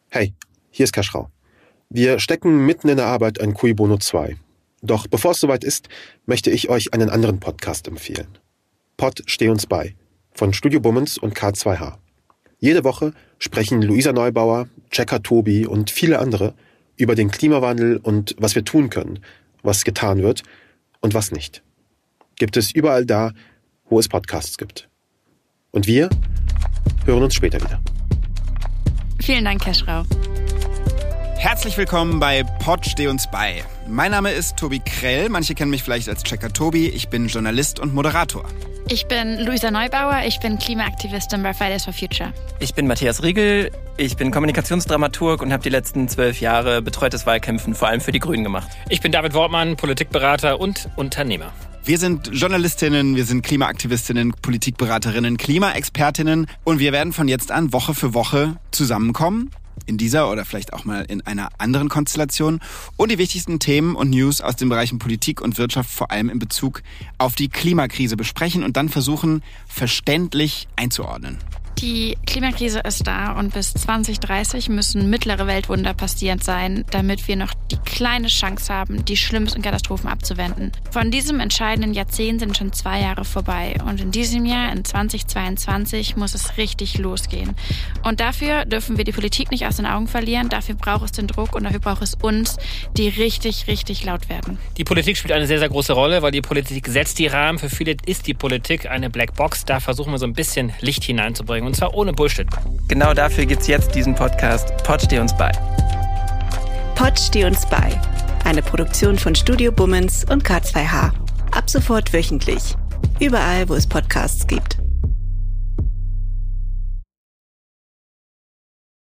Hey, hier ist Kaschrau. Wir stecken mitten in der Arbeit an Cui Bono 2. Doch bevor es soweit ist, möchte ich euch einen anderen Podcast empfehlen. Pod Steh uns bei von Studio Bummens und K2H. Jede Woche sprechen Luisa Neubauer, Checker Tobi und viele andere über den Klimawandel und was wir tun können, was getan wird und was nicht. Gibt es überall da, wo es Podcasts gibt. Und wir hören uns später wieder. Vielen Dank, Kaschrau. Herzlich willkommen bei Pod Steh uns bei. Mein Name ist Tobi Krell, manche kennen mich vielleicht als Checker Tobi, ich bin Journalist und Moderator. Ich bin Luisa Neubauer, ich bin Klimaaktivistin bei Fridays for Future. Ich bin Matthias Riegel, ich bin Kommunikationsdramaturg und habe die letzten 12 Jahre betreutes Wahlkämpfen vor allem für die Grünen gemacht. Ich bin David Wortmann, Politikberater und Unternehmer. Wir sind Journalistinnen, wir sind Klimaaktivistinnen, Politikberaterinnen, Klimaexpertinnen und wir werden von jetzt an Woche für Woche zusammenkommen. In dieser oder vielleicht auch mal in einer anderen Konstellation und die wichtigsten Themen und News aus den Bereichen Politik und Wirtschaft vor allem in Bezug auf die Klimakrise besprechen und dann versuchen, verständlich einzuordnen. Die Klimakrise ist da und bis 2030 müssen mittlere Weltwunder passiert sein, damit wir noch die kleine Chance haben, die schlimmsten Katastrophen abzuwenden. Von diesem entscheidenden Jahrzehnt sind schon 2 Jahre vorbei und in diesem Jahr, in 2022, muss es richtig losgehen. Und dafür dürfen wir die Politik nicht aus den Augen verlieren, dafür braucht es den Druck und dafür braucht es uns, die richtig, richtig laut werden. Die Politik spielt eine sehr, sehr große Rolle, weil die Politik setzt die Rahmen. Für viele ist die Politik eine Blackbox. Da versuchen wir so ein bisschen Licht hineinzubringen. Und zwar ohne Bullshit. Genau dafür gibt's jetzt diesen Podcast Pod Steh uns bei. Pod Steh uns bei. Eine Produktion von Studio Bummens und K2H. Ab sofort wöchentlich. Überall, wo es Podcasts gibt.